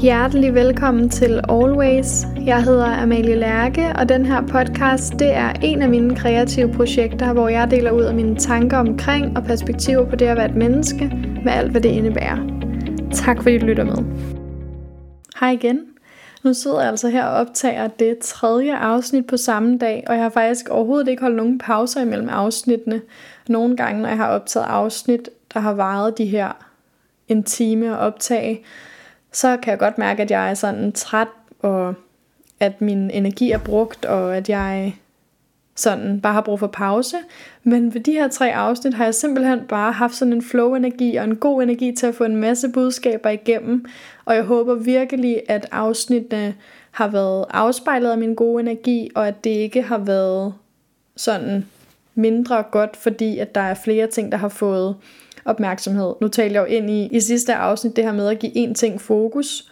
Hjertelig velkommen til Always. Jeg hedder Amalie Lærke, og den her podcast, det er en af mine kreative projekter, hvor jeg deler ud af mine tanker omkring og perspektiver på det at være et menneske, med alt hvad det indebærer. Tak fordi du lytter med. Hej igen. Nu sidder jeg altså her og optager det 3. afsnit på samme dag, og jeg har faktisk overhovedet ikke holdt nogen pauser imellem afsnittene. Nogle gange, når jeg har optaget afsnit, der har varet de her en time at optage, så kan jeg godt mærke, at jeg er sådan træt, og at min energi er brugt, og at jeg sådan bare har brug for pause. Men ved de her 3 afsnit har jeg simpelthen bare haft sådan en flow-energi og en god energi til at få en masse budskaber igennem. Og jeg håber virkelig, at afsnittene har været afspejlet af min gode energi, og at det ikke har været sådan mindre godt, fordi at der er flere ting, der har fået opmærksomhed. Nu taler jeg jo ind i sidste afsnit det her med at give én ting fokus,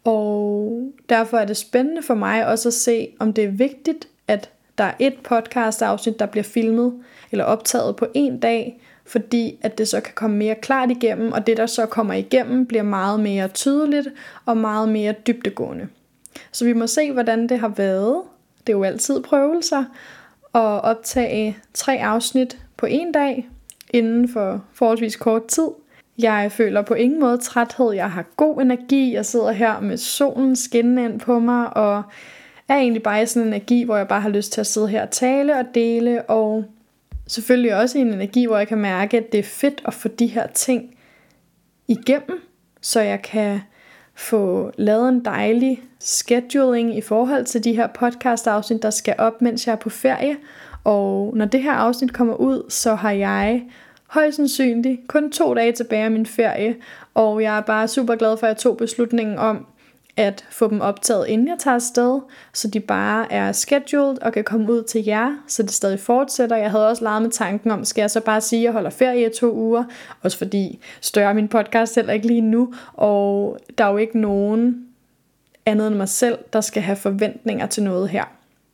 og derfor er det spændende for mig også at se, om det er vigtigt, at der er et podcast afsnit, der bliver filmet eller optaget på en dag, fordi at det så kan komme mere klart igennem, og det der så kommer igennem bliver meget mere tydeligt og meget mere dybdegående. Så vi må se, hvordan det har været. Det er jo altid prøvelser at optage 3 afsnit på en dag inden for forholdsvis kort tid. Jeg føler på ingen måde træthed. Jeg har god energi. Jeg sidder her med solen skinnende ind på mig, og er egentlig bare i sådan en energi, hvor jeg bare har lyst til at sidde her og tale og dele, og selvfølgelig også i en energi, hvor jeg kan mærke, at det er fedt at få de her ting igennem, så jeg kan få lavet en dejlig scheduling i forhold til de her podcast-afsnit, der skal op, mens jeg er på ferie. Og når det her afsnit kommer ud, så har jeg højst sandsynligt kun 2 dage tilbage af min ferie, og jeg er bare super glad for, at jeg tog beslutningen om at få dem optaget, inden jeg tager afsted, så de bare er scheduled og kan komme ud til jer, så det stadig fortsætter. Jeg havde også leget med tanken om, skal jeg så bare sige, at jeg holder ferie i 2 uger, også fordi større min podcast heller ikke lige nu, og der er jo ikke nogen andet end mig selv, der skal have forventninger til noget her.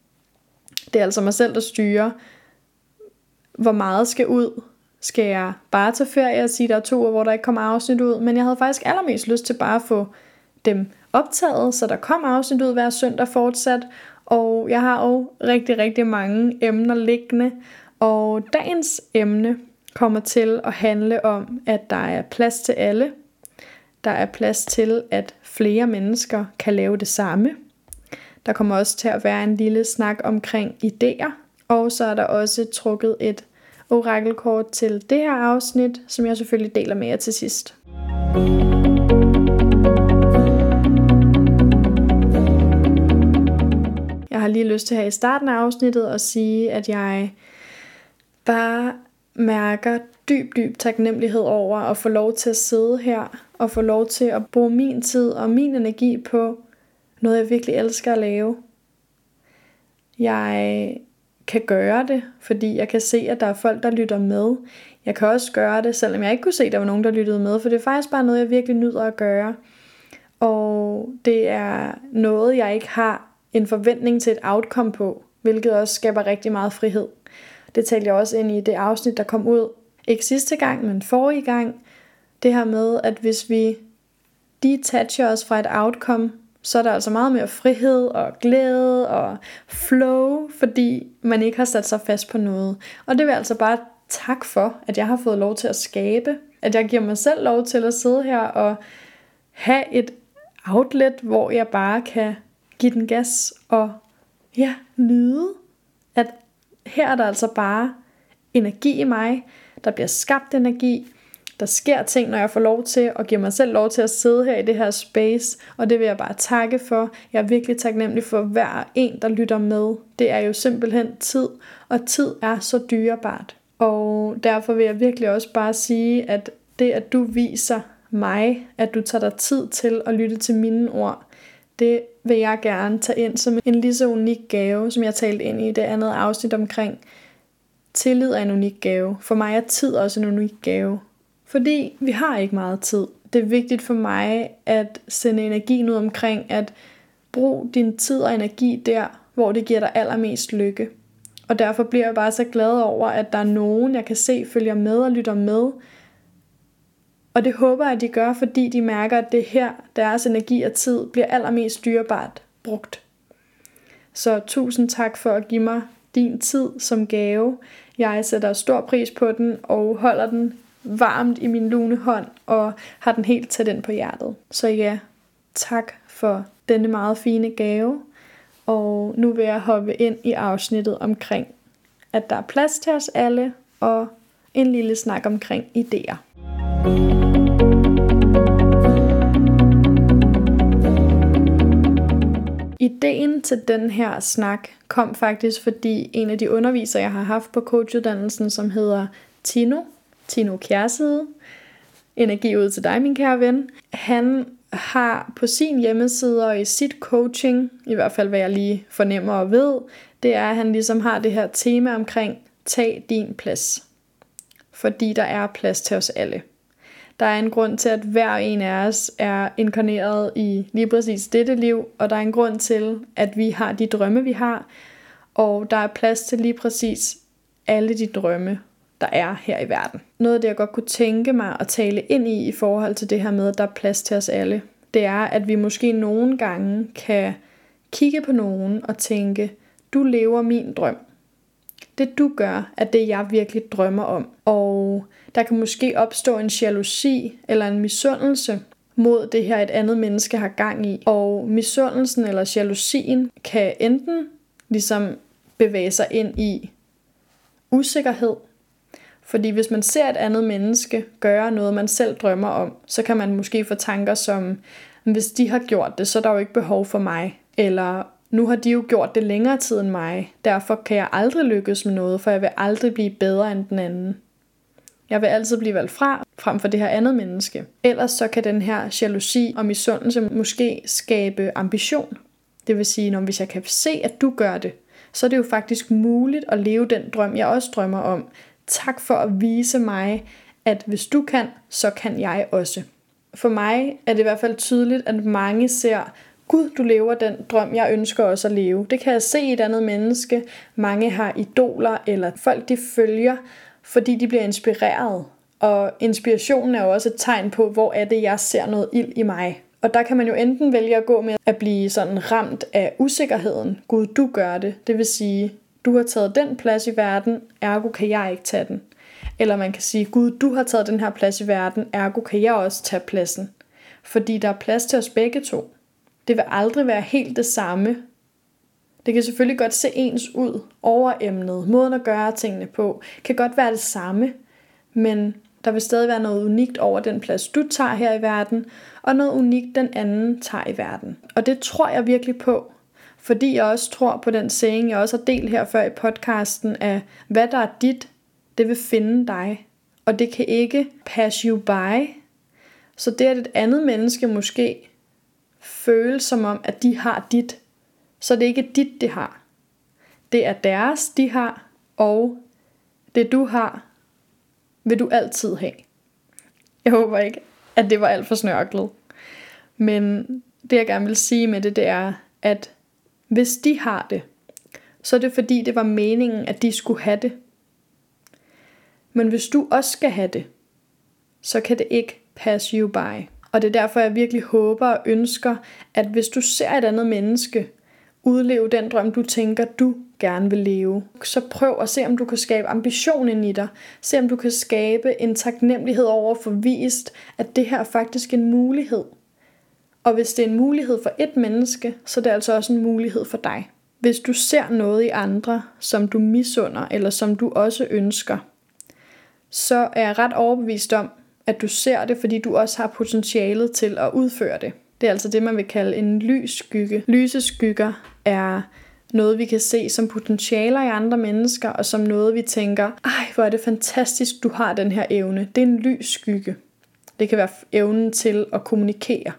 Det er altså mig selv, der styrer, hvor meget skal ud. Skal jeg bare tage ferie og sige, at der er 2 uger, hvor der ikke kommer afsnit ud, men jeg havde faktisk allermest lyst til bare at få dem optaget, så der kom afsnit ud hver søndag fortsat, og jeg har jo rigtig, rigtig mange emner liggende, og dagens emne kommer til at handle om, at der er plads til alle. Der er plads til, at flere mennesker kan lave det samme. Der kommer også til at være en lille snak omkring idéer, og så er der også trukket et orakelkort til det her afsnit, som jeg selvfølgelig deler med jer til sidst. Jeg har lige lyst til her i starten af afsnittet at sige, at jeg bare mærker dyb taknemmelighed over at få lov til at sidde her og få lov til at bruge min tid og min energi på noget, jeg virkelig elsker at lave. Jeg kan gøre det, fordi jeg kan se, at der er folk, der lytter med. Jeg kan også gøre det, selvom jeg ikke kunne se, at der var nogen, der lyttede med, for det er faktisk bare noget, jeg virkelig nyder at gøre. Og det er noget, jeg ikke har en forventning til et outcome på, hvilket også skaber rigtig meget frihed. Det talte jeg også ind i det afsnit, der kom ud, ikke sidste gang, men forrige gang. Det her med, at hvis vi detacher os fra et outcome, så er der altså meget mere frihed og glæde og flow, fordi man ikke har sat sig fast på noget. Og det vil altså bare tak for, at jeg har fået lov til at skabe, at jeg giver mig selv lov til at sidde her og have et outlet, hvor jeg bare kan give den gas og nyde, at her er der altså bare energi i mig, der bliver skabt energi, der sker ting, når jeg får lov til at give mig selv lov til at sidde her i det her space, og det vil jeg bare takke for. Jeg er virkelig taknemmelig for hver en, der lytter med. Det er jo simpelthen tid, og tid er så dyrebart. Og derfor vil jeg virkelig også bare sige, at det, at du viser mig, at du tager dig tid til at lytte til mine ord, det vil jeg gerne tage ind som en lige så unik gave, som jeg talte ind i det andet afsnit omkring. Tillid er en unik gave. For mig er tid også en unik gave. Fordi vi har ikke meget tid. Det er vigtigt for mig at sende energien ud omkring, at brug din tid og energi der, hvor det giver dig allermest lykke. Og derfor bliver jeg bare så glad over, at der er nogen, jeg kan se følger med og lytter med, Og det håber jeg, at de gør, fordi de mærker, at det her, deres energi og tid, bliver allermest dyrebart brugt. Så tusind tak for at give mig din tid som gave. Jeg sætter stor pris på den og holder den varmt i min lune hånd og har den helt tæt ind på hjertet. Så ja, tak for denne meget fine gave. Og nu vil jeg hoppe ind i afsnittet omkring, at der er plads til os alle, og en lille snak omkring idéer. Ideen til den her snak kom faktisk, fordi en af de undervisere, jeg har haft på coachuddannelsen, som hedder Tino Kjærside, energi ud til dig, min kære ven, han har på sin hjemmeside og i sit coaching, i hvert fald hvad jeg lige fornemmer og ved, det er, at han ligesom har det her tema omkring, tag din plads. Fordi der er plads til os alle. Der er en grund til, at hver en af os er inkarneret i lige præcis dette liv, og der er en grund til, at vi har de drømme, vi har, og der er plads til lige præcis alle de drømme, der er her i verden. Noget af det, jeg godt kunne tænke mig at tale ind i forhold til det her med, at der er plads til os alle, det er, at vi måske nogle gange kan kigge på nogen og tænke, du lever min drøm. Det du gør, er det jeg virkelig drømmer om. Og der kan måske opstå en jalousi eller en misundelse mod det her, et andet menneske har gang i. Og misundelsen eller jalousien kan enten ligesom bevæge sig ind i usikkerhed. Fordi hvis man ser et andet menneske gøre noget, man selv drømmer om, så kan man måske få tanker som, hvis de har gjort det, så er der jo ikke behov for mig. Eller nu har de jo gjort det længere tid end mig, derfor kan jeg aldrig lykkes med noget, for jeg vil aldrig blive bedre end den anden. Jeg vil altid blive valgt frem for det her andet menneske. Ellers så kan den her jalousi og misundelse måske skabe ambition. Det vil sige, hvis jeg kan se, at du gør det, så er det jo faktisk muligt at leve den drøm, jeg også drømmer om. Tak for at vise mig, at hvis du kan, så kan jeg også. For mig er det i hvert fald tydeligt, at mange ser, Gud, du lever den drøm, jeg ønsker også at leve. Det kan jeg se i et andet menneske. Mange har idoler, eller folk de følger, fordi de bliver inspireret. Og inspirationen er jo også et tegn på, hvor er det, jeg ser noget ild i mig. Og der kan man jo enten vælge at gå med at blive sådan ramt af usikkerheden. Gud, du gør det. Det vil sige, du har taget den plads i verden, ergo kan jeg ikke tage den. Eller man kan sige, Gud, du har taget den her plads i verden, ergo kan jeg også tage pladsen. Fordi der er plads til os begge to. Det vil aldrig være helt det samme. Det kan selvfølgelig godt se ens ud over emnet. Måden at gøre tingene på kan godt være det samme, men der vil stadig være noget unikt over den plads, du tager her i verden, og noget unikt, den anden tager i verden. Og det tror jeg virkelig på, fordi jeg også tror på den saying, jeg også har delt her før i podcasten, af hvad der er dit, det vil finde dig. Og det kan ikke pass you by. Så det, at et andet menneske måske føles som om, at de har dit, så det er ikke dit, de har. Det er deres, de har, og det du har, vil du altid have. Jeg håber ikke, at det var alt for snørklet. Men det jeg gerne vil sige med det er, at hvis de har det, så er det fordi det var meningen, at de skulle have det. Men hvis du også skal have det, så kan det ikke pass you by. Og det er derfor, jeg virkelig håber og ønsker, at hvis du ser et andet menneske udleve den drøm, du tænker, du gerne vil leve, så prøv at se, om du kan skabe ambition ind i dig. Se, om du kan skabe en taknemmelighed over for vist, at det her er faktisk en mulighed. Og hvis det er en mulighed for et menneske, så er det altså også en mulighed for dig. Hvis du ser noget i andre, som du misunder, eller som du også ønsker, så er jeg ret overbevist om, at du ser det, fordi du også har potentialet til at udføre det. Det er altså det, man vil kalde en lysskygge. Lyseskygger er noget, vi kan se som potentialer i andre mennesker, og som noget, vi tænker, ej, hvor er det fantastisk, du har den her evne. Det er en lysskygge. Det kan være evnen til at kommunikere.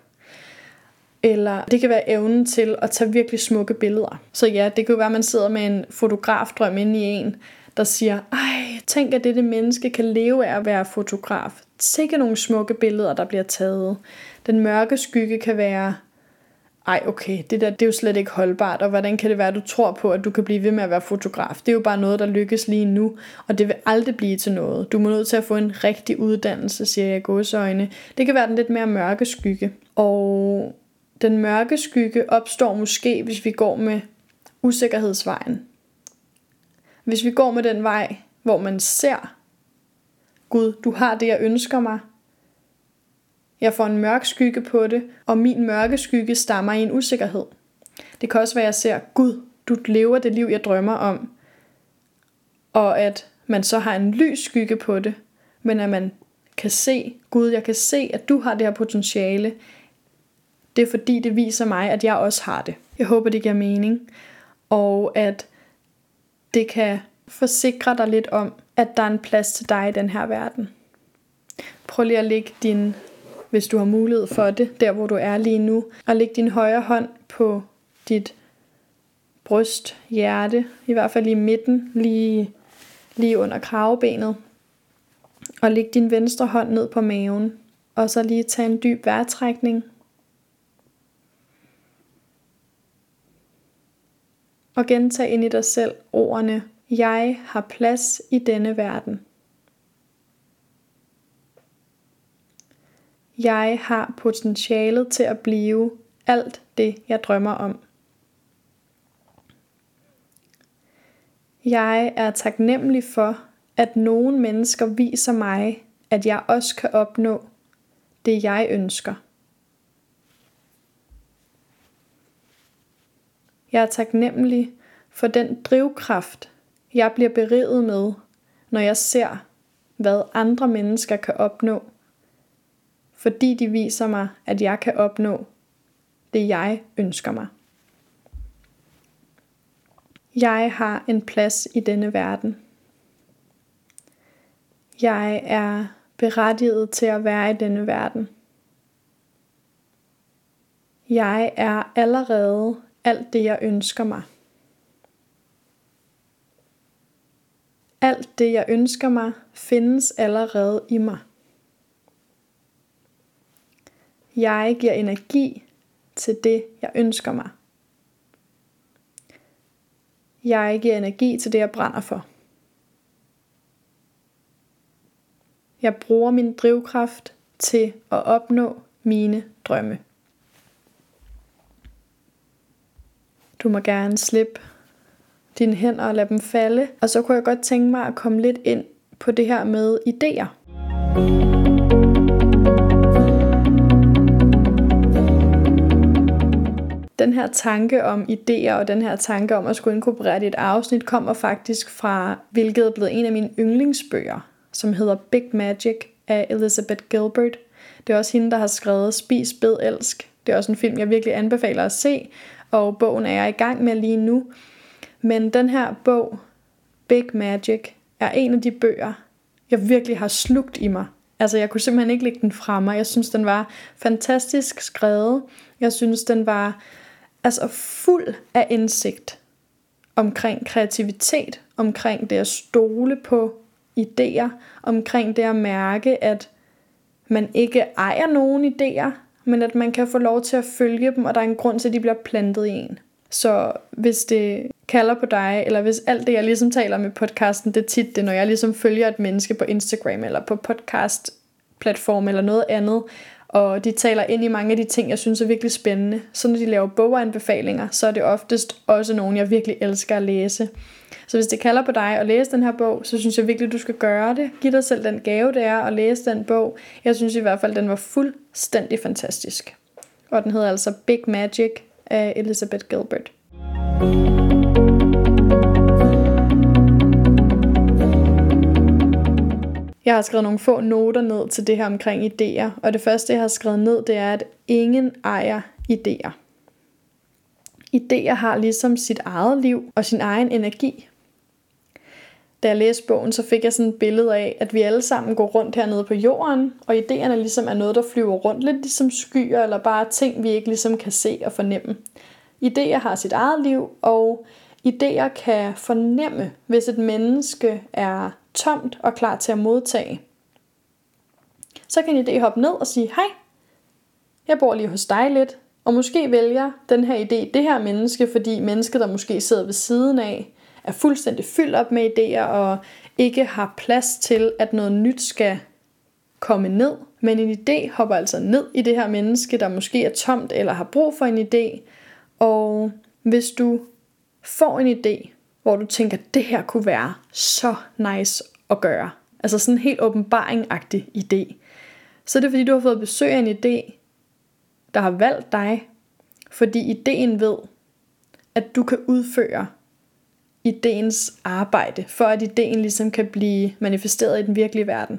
Eller det kan være evnen til at tage virkelig smukke billeder. Så ja, det kan jo være, at man sidder med en fotografdrøm inde i en, der siger, ej, tænk at dette menneske kan leve af at være fotograf. Sikke nogle smukke billeder, der bliver taget. Den mørke skygge kan være, okay, det er jo slet ikke holdbart, og hvordan kan det være, at du tror på, at du kan blive ved med at være fotograf? Det er jo bare noget, der lykkes lige nu, og det vil aldrig blive til noget. Du må nødt til at få en rigtig uddannelse, siger jeg i gåseøjne. Det kan være den lidt mere mørke skygge, og den mørke skygge opstår måske, hvis vi går med usikkerhedsvejen. Hvis vi går med den vej, hvor man ser, Gud, du har det, jeg ønsker mig. Jeg får en mørk skygge på det, og min mørke skygge stammer i en usikkerhed. Det kan også være, at jeg ser, Gud, du lever det liv, jeg drømmer om. Og at man så har en lys skygge på det, men at man kan se, Gud, jeg kan se, at du har det her potentiale. Det er fordi, det viser mig, at jeg også har det. Jeg håber, det giver mening. Og at det kan forsikre dig lidt om, at der er en plads til dig i den her verden. Prøv lige at lægge hvis du har mulighed for det, der hvor du er lige nu, og læg din højre hånd på dit bryst, hjerte, i hvert fald i midten, lige under kravebenet. Og læg din venstre hånd ned på maven, og så lige tage en dyb vejrtrækning. Og gentag ind i dig selv ordene, jeg har plads i denne verden. Jeg har potentialet til at blive alt det, jeg drømmer om. Jeg er taknemmelig for, at nogle mennesker viser mig, at jeg også kan opnå det, jeg ønsker. Jeg er taknemmelig for den drivkraft, jeg bliver beriget med, når jeg ser, hvad andre mennesker kan opnå. Fordi de viser mig, at jeg kan opnå det, jeg ønsker mig. Jeg har en plads i denne verden. Jeg er berettiget til at være i denne verden. Jeg er allerede alt det, jeg ønsker mig. Alt det, jeg ønsker mig, findes allerede i mig. Jeg giver energi til det, jeg ønsker mig. Jeg giver energi til det, jeg brænder for. Jeg bruger min drivkraft til at opnå mine drømme. Du må gerne slippe dine hænder og lade dem falde. Og så kunne jeg godt tænke mig at komme lidt ind på det her med idéer. Den her tanke om idéer og den her tanke om at skulle inkorporere det i et afsnit kommer faktisk fra, hvilket er blevet en af mine yndlingsbøger, som hedder Big Magic af Elizabeth Gilbert. Det er også hende, der har skrevet Spis, Bed, Elsk. Det er også en film, jeg virkelig anbefaler at se, og bogen er jeg i gang med lige nu. Men den her bog, Big Magic, er en af de bøger, jeg virkelig har slugt i mig. Altså jeg kunne simpelthen ikke lægge den fra mig. Jeg synes, den var fantastisk skrevet. Jeg synes, den var fuld af indsigt omkring kreativitet, omkring det at stole på idéer, omkring det at mærke, at man ikke ejer nogen idéer, men at man kan få lov til at følge dem, og der er en grund til, at de bliver plantet i en. Så hvis det kalder på dig, eller hvis alt det, jeg ligesom taler om i podcasten, det er tit det, når jeg ligesom følger et menneske på Instagram, eller på podcast-platform, eller noget andet, og de taler ind i mange af de ting, jeg synes er virkelig spændende. Så når de laver boganbefalinger, så er det oftest også nogen, jeg virkelig elsker at læse. Så hvis det kalder på dig at læse den her bog, så synes jeg virkelig, du skal gøre det. Giv dig selv den gave, det er at læse den bog. Jeg synes i hvert fald, den var fuldstændig fantastisk. Og den hedder altså Big Magic af Elizabeth Gilbert. Jeg har skrevet nogle få noter ned til det her omkring idéer, og det første, jeg har skrevet ned, det er, at ingen ejer idéer. Idéer har ligesom sit eget liv og sin egen energi. Da jeg læste bogen, så fik jeg sådan et billede af, at vi alle sammen går rundt hernede på jorden, og idéerne ligesom er noget, der flyver rundt, lidt ligesom skyer, eller bare ting, vi ikke ligesom kan se og fornemme. Idéer har sit eget liv, og idéer kan fornemme, hvis et menneske er tomt og klar til at modtage. Så kan en idé hoppe ned og sige, hej, jeg bor lige hos dig lidt. Og måske vælger den her idé det her menneske, fordi mennesket, der måske sidder ved siden af, er fuldstændig fyldt op med idéer og ikke har plads til, at noget nyt skal komme ned. Men en idé hopper altså ned i det her menneske, der måske er tomt eller har brug for en idé. Og hvis du får en idé, hvor du tænker, det her kunne være så nice at gøre, altså sådan en helt åbenbaring-agtig idé, så er det fordi, du har fået besøg af en idé, der har valgt dig, fordi idéen ved, at du kan udføre idéens arbejde, for at idéen ligesom kan blive manifesteret i den virkelige verden.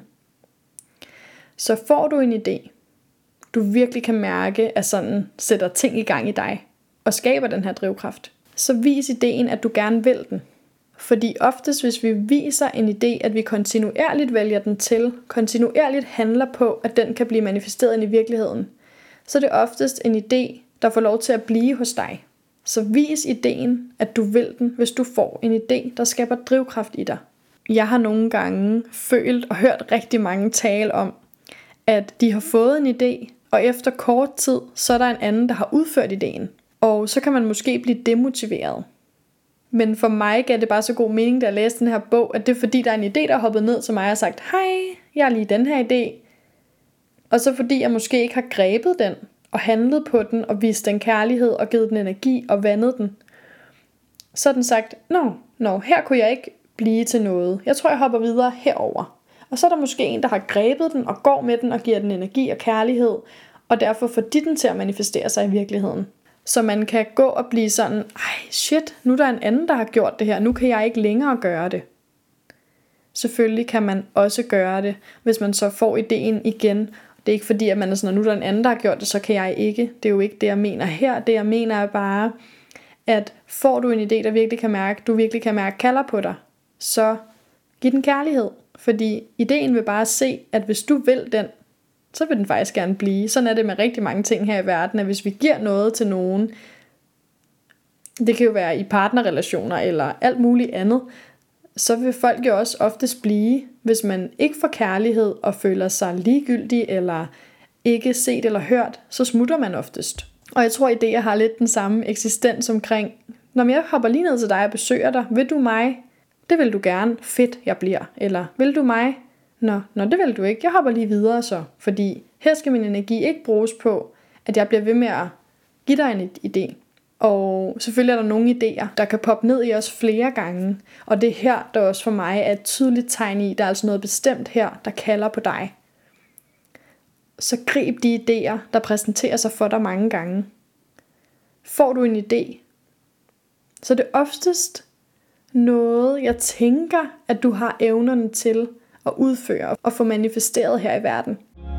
Så får du en idé, du virkelig kan mærke, at sådan sætter ting i gang i dig, og skaber den her drivkraft, så vis idéen, at du gerne vil den. Fordi oftest, hvis vi viser en idé, at vi kontinuerligt vælger den til, kontinuerligt handler på, at den kan blive manifesteret ind i virkeligheden, så er det oftest en idé, der får lov til at blive hos dig. Så vis idéen, at du vil den, hvis du får en idé, der skaber drivkraft i dig. Jeg har nogle gange følt og hørt rigtig mange tale om, at de har fået en idé, og efter kort tid, så er der en anden, der har udført idéen. Og så kan man måske blive demotiveret. Men for mig gav det bare så god mening, da jeg læste den her bog, at det er fordi, der er en idé, der er hoppet ned til mig og har sagt, hej, jeg har lige den her idé. Og så fordi jeg måske ikke har grebet den, og handlet på den, og vist den kærlighed, og givet den energi, og vandet den, så har den sagt, her kunne jeg ikke blive til noget. Jeg tror, jeg hopper videre herover. Og så er der måske en, der har grebet den, og går med den, og giver den energi og kærlighed, og derfor får de den til at manifestere sig i virkeligheden. Så man kan gå og blive sådan, shit, nu er der en anden, der har gjort det her, nu kan jeg ikke længere gøre det. Selvfølgelig kan man også gøre det, hvis man så får idéen igen. Det er ikke fordi, at man er sådan, nu er der en anden, der har gjort det, så kan jeg ikke. Det er jo ikke det, jeg mener her. Det jeg mener er bare, at får du en idé, der virkelig kan mærke, du virkelig kan mærke kalder på dig, så giv den kærlighed. Fordi idéen vil bare se, at hvis du vil den, så vil den faktisk gerne blive. Sådan er det med rigtig mange ting her i verden, at hvis vi giver noget til nogen, det kan jo være i partnerrelationer eller alt muligt andet, så vil folk jo også oftest blive, hvis man ikke får kærlighed og føler sig ligegyldig eller ikke set eller hørt, så smutter man oftest. Og jeg tror, at idéer har lidt den samme eksistens omkring, når jeg hopper lige ned til dig og besøger dig, vil du mig? Det vil du gerne, fedt jeg bliver. Eller vil du mig? Nå, det vil du ikke. Jeg hopper lige videre så, fordi her skal min energi ikke bruges på, at jeg bliver ved med at give dig en idé. Og selvfølgelig er der nogle idéer, der kan poppe ned i os flere gange. Og det her, der også for mig er et tydeligt tegn i, der er altså noget bestemt her, der kalder på dig. Så grib de idéer, der præsenterer sig for dig mange gange. Får du en idé, så er det oftest noget, jeg tænker, at du har evnerne til at udføre og få manifesteret her i verden.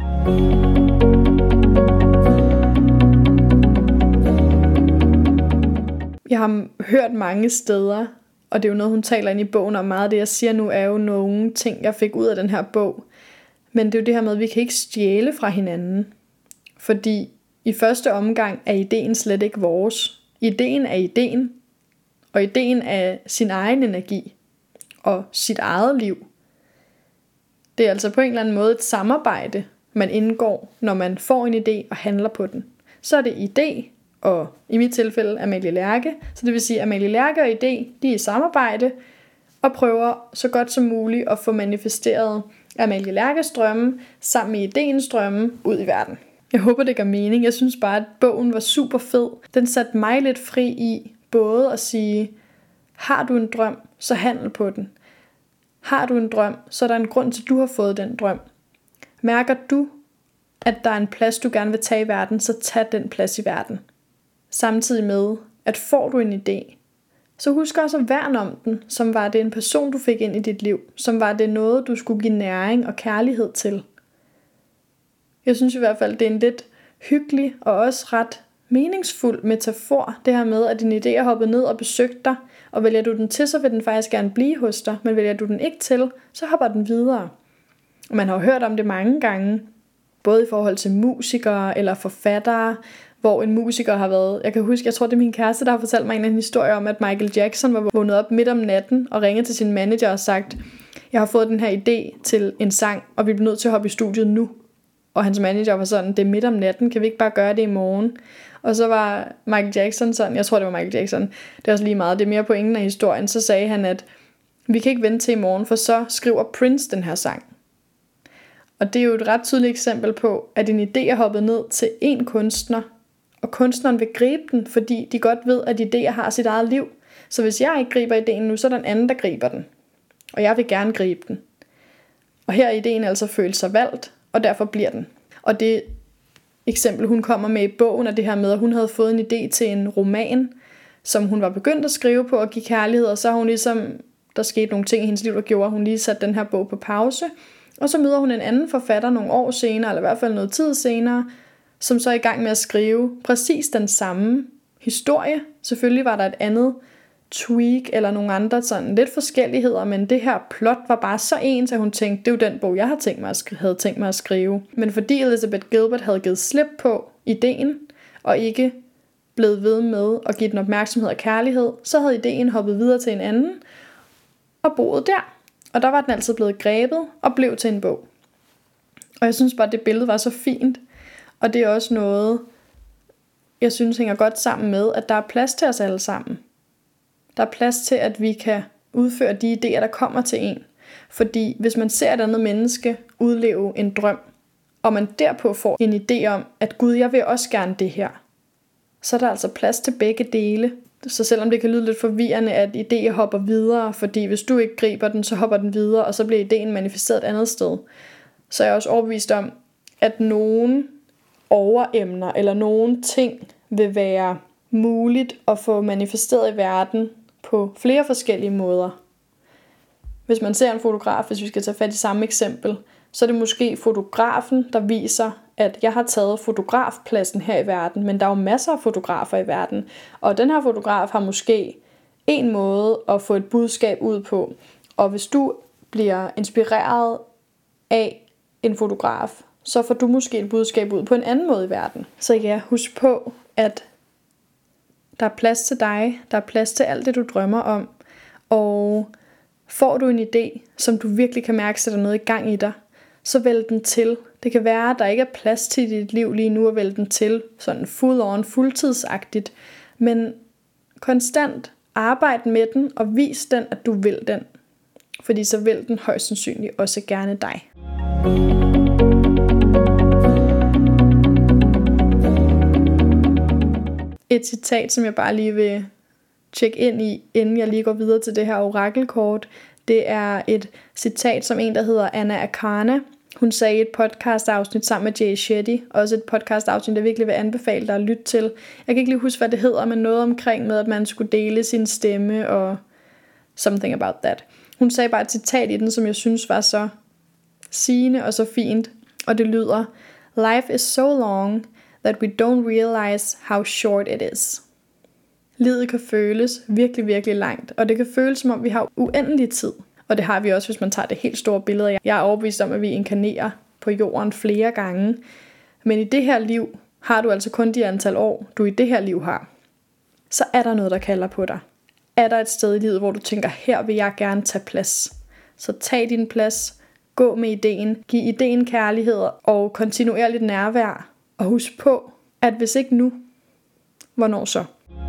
Jeg har hørt mange steder, og det er jo noget, hun taler ind i bogen om. Meget af det, jeg siger nu, er jo nogle ting, jeg fik ud af den her bog. Men det er jo det her med, at vi kan ikke stjæle fra hinanden. Fordi i første omgang er ideen slet ikke vores. Ideen er ideen, og ideen er sin egen energi og sit eget liv. Det er altså på en eller anden måde et samarbejde, man indgår, når man får en idé og handler på den. Så er det idé, og i mit tilfælde Amalie Lærke. Så det vil sige, at Amalie Lærke og idé, de er i samarbejde og prøver så godt som muligt at få manifesteret Amalie Lærkes drømme sammen med idéens drømme ud i verden. Jeg håber, det gør mening. Jeg synes bare, at bogen var super fed. Den satte mig lidt fri i både at sige, har du en drøm, så handle på den. Har du en drøm, så er der en grund til, at du har fået den drøm. Mærker du, at der er en plads, du gerne vil tage i verden, så tag den plads i verden. Samtidig med, at får du en idé, så husk også at værne om den, som var det en person, du fik ind i dit liv, som var det noget, du skulle give næring og kærlighed til. Jeg synes i hvert fald, det er en lidt hyggelig og også ret meningsfuld metafor, det her med, at din idé er hoppet ned og besøgt dig, og vælger du den til, så vil den faktisk gerne blive hos dig, men vælger du den ikke til, så hopper den videre. Og man har jo hørt om det mange gange, både i forhold til musikere eller forfattere, hvor en musiker har været, jeg kan huske, jeg tror det er min kæreste, der har fortalt mig en historie om, at Michael Jackson var vågnet op midt om natten og ringede til sin manager og sagt, jeg har fået den her idé til en sang, og vi bliver nødt til at hoppe i studiet nu. Og hans manager var sådan, det er midt om natten, kan vi ikke bare gøre det i morgen? Og så var Michael Jackson sådan, jeg tror det var Michael Jackson, det er også lige meget, det er mere pointen af historien, så sagde han, at vi kan ikke vente til i morgen, for så skriver Prince den her sang. Og det er jo et ret tydeligt eksempel på, at en idé er hoppet ned til én kunstner, og kunstneren vil gribe den, fordi de godt ved, at idéer har sit eget liv. Så hvis jeg ikke griber idéen nu, så er der en anden, der griber den. Og jeg vil gerne gribe den. Og her er idéen altså følt sig valgt, og derfor bliver den. Og det eksempel, hun kommer med i bogen, er det her med, at hun havde fået en idé til en roman, som hun var begyndt at skrive på og give kærlighed, og så har hun ligesom, der skete nogle ting i hendes liv, der gjorde, at hun lige satte den her bog på pause. Og så møder hun en anden forfatter nogle år senere, eller i hvert fald noget tid senere, som så er i gang med at skrive præcis den samme historie. Selvfølgelig var der et andet tweak eller nogle andre sådan lidt forskelligheder, men det her plot var bare så ens, at hun tænkte, det er jo den bog, jeg havde tænkt mig at skrive. Men fordi Elizabeth Gilbert havde givet slip på ideen, og ikke blevet ved med at give den opmærksomhed og kærlighed, så havde ideen hoppet videre til en anden, og boet der. Og der var den altid blevet grebet og blev til en bog. Og jeg synes bare, at det billede var så fint. Og det er også noget, jeg synes hænger godt sammen med, at der er plads til os alle sammen. Der er plads til, at vi kan udføre de idéer, der kommer til en. Fordi hvis man ser et andet menneske udleve en drøm, og man derpå får en idé om, at Gud, jeg vil også gerne det her, så er der altså plads til begge dele. Så selvom det kan lyde lidt forvirrende, at idéer hopper videre, fordi hvis du ikke griber den, så hopper den videre, og så bliver idéen manifesteret et andet sted, så er jeg også overbevist om, at nogle overemner eller nogle ting vil være muligt at få manifesteret i verden på flere forskellige måder. Hvis man ser en fotograf, hvis vi skal tage fat i samme eksempel, så er det måske fotografen, der viser, at jeg har taget fotografpladsen her i verden, men der er jo masser af fotografer i verden, og den her fotograf har måske en måde at få et budskab ud på, og hvis du bliver inspireret af en fotograf, så får du måske et budskab ud på en anden måde i verden. Så ja, husk på, at der er plads til dig, der er plads til alt det, du drømmer om, og får du en idé, som du virkelig kan mærke sætter noget i gang i dig, så vælg den til. Det kan være, at der ikke er plads til dit liv lige nu at vælge den til, sådan full on, fuldtidsagtigt, men konstant arbejde med den og vis den, at du vil den. Fordi så vil den højst sandsynligt også gerne dig. Et citat, som jeg bare lige vil tjekke ind i, inden jeg lige går videre til det her orakelkort, det er et citat, som en, der hedder Anna Akana. Hun sagde i et podcast-afsnit sammen med Jay Shetty, også et podcast-afsnit, der virkelig vil anbefale dig at lytte til. Jeg kan ikke lige huske, hvad det hedder, men noget omkring med, at man skulle dele sin stemme og something about that. Hun sagde bare et citat i den, som jeg synes var så sigende og så fint, og det lyder: Life is so long that we don't realize how short it is. Livet kan føles virkelig, virkelig langt, og det kan føles som om vi har uendelig tid. Og det har vi også, hvis man tager det helt store billede. Jeg er overbevist om, at vi inkarnerer på jorden flere gange. Men i det her liv har du altså kun de antal år, du i det her liv har. Så er der noget, der kalder på dig. Er der et sted i livet, hvor du tænker, her vil jeg gerne tage plads. Så tag din plads, gå med ideen, giv ideen kærlighed og kontinuerligt nærvær. Og husk på, at hvis ikke nu, hvornår så?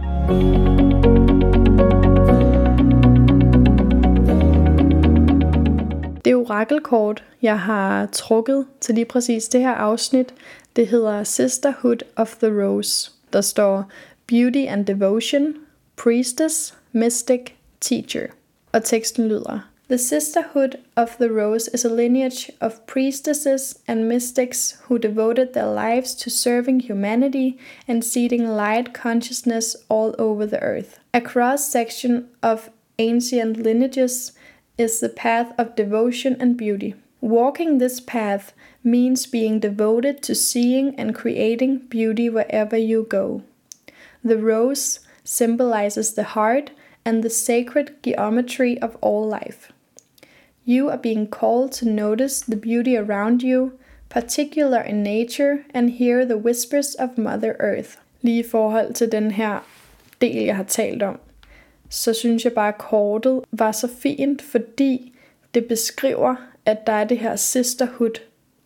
Det orakelkort, jeg har trukket til lige præcis det her afsnit, det hedder Sisterhood of the Rose. Der står Beauty and Devotion, Priestess, Mystic, Teacher. Og teksten lyder: The Sisterhood of the Rose is a lineage of priestesses and mystics who devoted their lives to serving humanity and seeding light consciousness all over the earth. A cross-section of ancient lineages is the path of devotion and beauty. Walking this path means being devoted to seeing and creating beauty wherever you go. The rose symbolizes the heart and the sacred geometry of all life. You are being called to notice the beauty around you, particular in nature, and hear the whispers of Mother Earth. Lige i forhold til den her del, jeg har talt om, så synes jeg bare, at kortet var så fint, fordi det beskriver, at der er det her sisterhood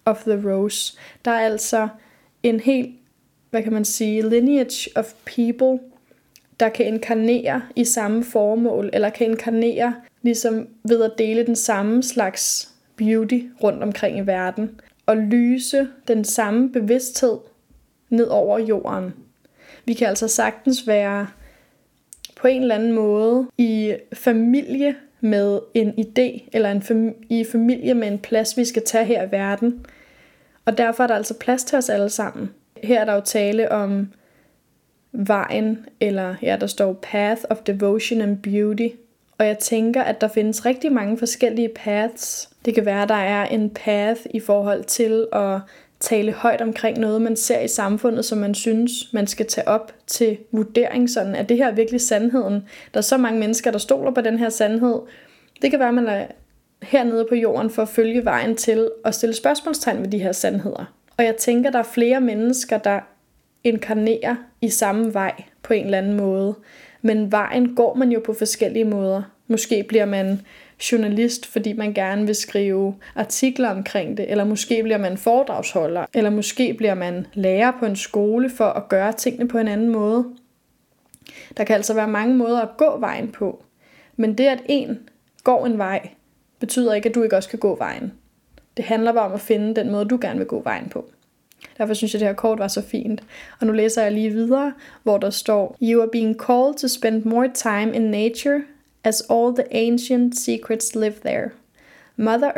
of the rose. Der er altså en helt, lineage of people, der kan inkarnere i samme formål, eller kan inkarnere ligesom ved at dele den samme slags beauty rundt omkring i verden, og lyse den samme bevidsthed ned over jorden. Vi kan altså sagtens være på en eller anden måde i familie med en idé, eller i familie med en plads, vi skal tage her i verden. Og derfor er der altså plads til os alle sammen. Her er der jo tale om vejen, eller der står path of devotion and beauty. Og jeg tænker, at der findes rigtig mange forskellige paths. Det kan være, at der er en path i forhold til at tale højt omkring noget, man ser i samfundet, som man synes, man skal tage op til vurdering. Sådan, er det her virkelig sandheden? Der er så mange mennesker, der stoler på den her sandhed. Det kan være, at man er hernede på jorden for at følge vejen til at stille spørgsmålstegn ved de her sandheder. Og jeg tænker, der er flere mennesker, der inkarnerer i samme vej på en eller anden måde. Men vejen går man jo på forskellige måder. Måske bliver man journalist, fordi man gerne vil skrive artikler omkring det, eller måske bliver man foredragsholder, eller måske bliver man lærer på en skole for at gøre tingene på en anden måde. Der kan altså være mange måder at gå vejen på. Men det, at en går en vej, betyder ikke, at du ikke også kan gå vejen. Det handler bare om at finde den måde, du gerne vil gå vejen på. Derfor synes jeg, at det her kort var så fint. Og nu læser jeg lige videre, hvor der står: You are being called to spend more time in nature, as all the ancient secrets live there. Mother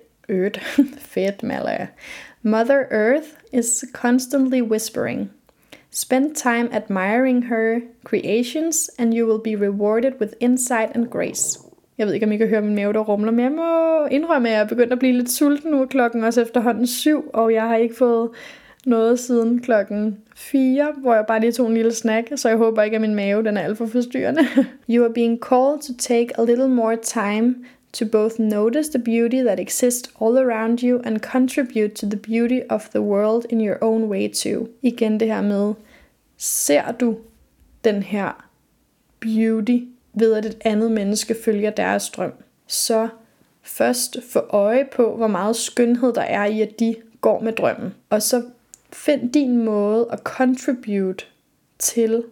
Earth is constantly whispering. Spend time admiring her creations, and you will be rewarded with insight and grace. Jeg ved ikke, om I kan høre min mave, der rumler, men jeg må indrømme, at jeg er begyndt at blive lidt sulten nu. Klokken også efterhånden 7, og jeg har ikke fået noget siden klokken 4, hvor jeg bare lige tog en lille snack, så jeg håber ikke, at min mave den er alt for forstyrrende. You are being called to take a little more time to both notice the beauty that exists all around you and contribute to the beauty of the world in your own way too. Igen det her med, ser du den her beauty ved at et andet menneske følger deres drøm, så først få øje på, hvor meget skønhed der er i, at de går med drømmen. Og så find din måde at contribute til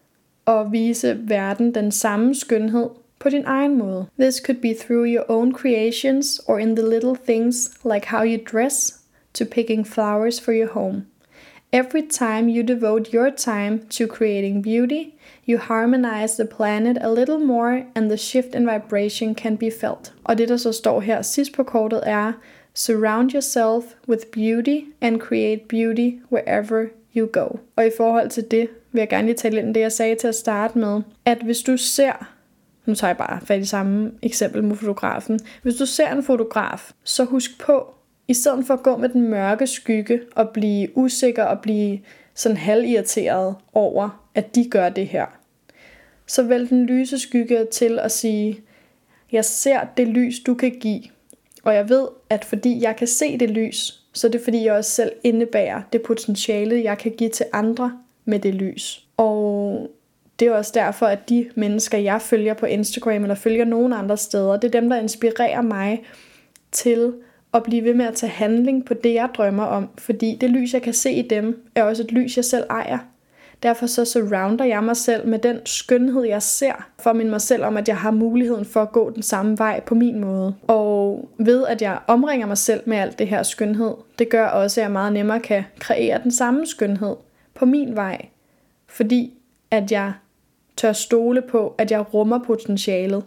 at vise verden den samme skønhed på din egen måde. This could be through your own creations or in the little things like how you dress to picking flowers for your home. Every time you devote your time to creating beauty, you harmonize the planet a little more, and the shift in vibration can be felt. Og det, der så står her sidst på kortet, er: Surround yourself with beauty and create beauty wherever you go. Og i forhold til det, vil jeg gerne lige tale ind det, jeg sagde til at starte med, at hvis du ser, nu tager jeg bare fat i samme eksempel med fotografen, hvis du ser en fotograf, så husk på, i stedet for at gå med den mørke skygge og blive usikker og blive sådan halvirriteret over, at de gør det her, så vælg den lyse skygge til at sige: jeg ser det lys, du kan give. Og jeg ved, at fordi jeg kan se det lys, så er det fordi, jeg også selv indebærer det potentiale, jeg kan give til andre med det lys. Og det er også derfor, at de mennesker, jeg følger på Instagram eller følger nogen andre steder, det er dem, der inspirerer mig til at blive ved med at tage handling på det, jeg drømmer om. Fordi det lys, jeg kan se i dem, er også et lys, jeg selv ejer. Derfor så surrounder jeg mig selv med den skønhed, jeg ser, for at minde mig selv om, at jeg har muligheden for at gå den samme vej på min måde. Og ved at jeg omringer mig selv med alt det her skønhed, det gør også, at jeg meget nemmere kan kreere den samme skønhed på min vej. Fordi at jeg tør stole på, at jeg rummer potentialet,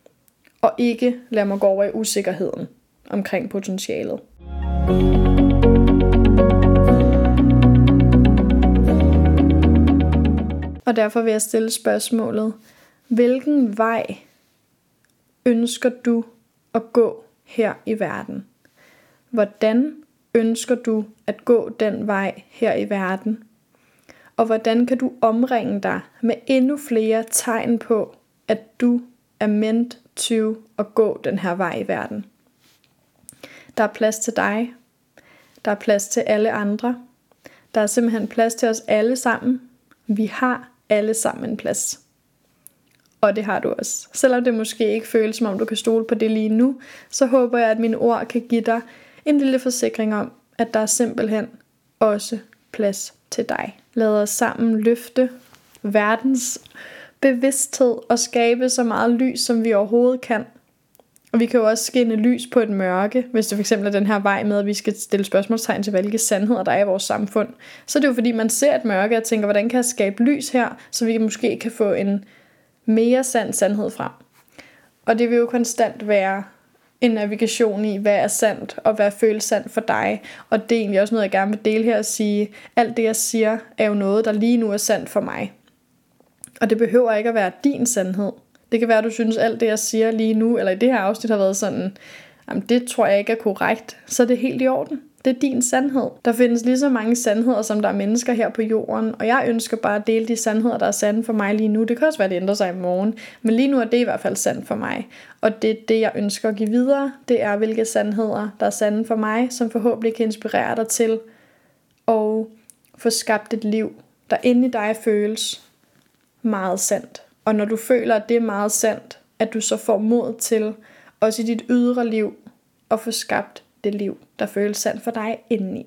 og ikke lader mig gå over i usikkerheden omkring potentialet. Og derfor vil jeg stille spørgsmålet: hvilken vej ønsker du at gå her i verden? Hvordan ønsker du at gå den vej her i verden? Og hvordan kan du omringe dig med endnu flere tegn på, at du er meant to at gå den her vej i verden? Der er plads til dig. Der er plads til alle andre. Der er simpelthen plads til os alle sammen. Vi har alle sammen en plads. Og det har du også. Selvom det måske ikke føles, som om du kan stole på det lige nu, så håber jeg, at mine ord kan give dig en lille forsikring om, at der er simpelthen også plads til dig. Lad os sammen løfte verdens bevidsthed og skabe så meget lys, som vi overhovedet kan. Og vi kan jo også skinne lys på et mørke, hvis det fx er den her vej med, at vi skal stille spørgsmålstegn til, hvilke sandheder der er i vores samfund. Så er det jo fordi, man ser et mørke og tænker, hvordan kan jeg skabe lys her, så vi måske kan få en mere sand sandhed frem. Og det vil jo konstant være en navigation i, hvad er sandt og hvad føles sandt for dig. Og det er egentlig også noget, jeg gerne vil dele her og sige, alt det jeg siger er jo noget, der lige nu er sandt for mig. Og det behøver ikke at være din sandhed. Det kan være, at du synes, alt det jeg siger lige nu, eller i det her afsnit har været sådan, jamen det tror jeg ikke er korrekt, så er det helt i orden. Det er din sandhed. Der findes lige så mange sandheder, som der er mennesker her på jorden, og jeg ønsker bare at dele de sandheder, der er sande for mig lige nu. Det kan også være, at det ændrer sig i morgen, men lige nu er det i hvert fald sandt for mig. Og det er det, jeg ønsker at give videre. Det er, hvilke sandheder, der er sande for mig, som forhåbentlig kan inspirere dig til at få skabt et liv, der inde i dig føles meget sandt. Og når du føler, at det er meget sandt, at du så får mod til, også i dit ydre liv, at få skabt det liv, der føles sandt for dig indeni.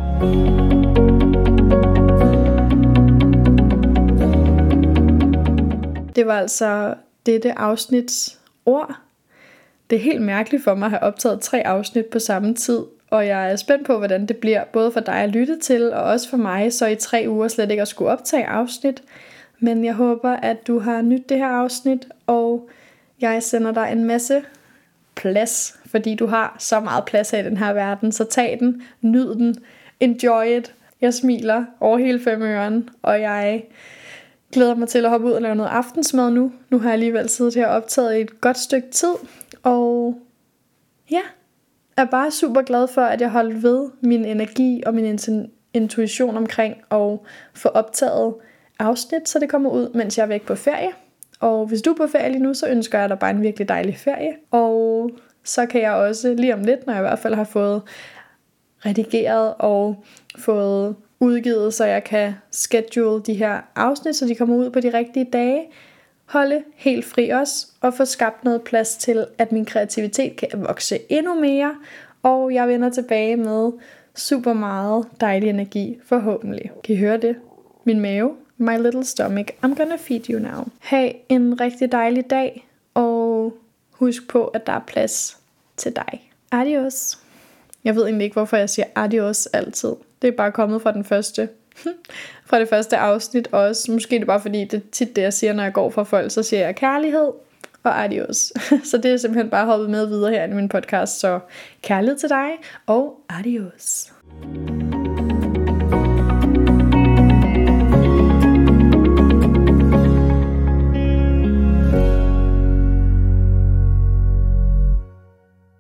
Det var altså dette afsnits ord. Det er helt mærkeligt for mig at have optaget 3 afsnit på samme tid, og jeg er spændt på, hvordan det bliver, både for dig at lytte til, og også for mig, så i 3 uger slet ikke at skulle optage afsnit. Men jeg håber, at du har nydt det her afsnit, og jeg sender dig en masse plads, fordi du har så meget plads af i den her verden, så tag den, nyd den, enjoy it. Jeg smiler over hele 5 øren, og jeg glæder mig til at hoppe ud og lave noget aftensmad nu. Nu har jeg alligevel siddet her og optaget i et godt stykke tid, og ja, er bare super glad for, at jeg holdt ved min energi og min intuition omkring at få optaget afsnit, så det kommer ud, mens jeg er væk på ferie. Og hvis du er på ferie lige nu, så ønsker jeg dig bare en virkelig dejlig ferie. Og så kan jeg også lige om lidt, når jeg i hvert fald har fået redigeret og fået udgivet, så jeg kan schedule de her afsnit, så de kommer ud på de rigtige dage, holde helt fri også, og få skabt noget plads til, at min kreativitet kan vokse endnu mere, og jeg vender tilbage med super meget dejlig energi, forhåbentlig. Kan I høre det? Min mave. My little stomach, I'm gonna feed you now. Ha' en rigtig dejlig dag, og husk på, at der er plads til dig. Adios. Jeg ved egentlig ikke, hvorfor jeg siger adios altid. Det er bare kommet fra fra det første afsnit også. Måske er det bare fordi, det er tit det, jeg siger, når jeg går fra folk, så siger jeg kærlighed og adios. Så det er simpelthen bare hoppet med videre her i min podcast. Så kærlighed til dig, og adios.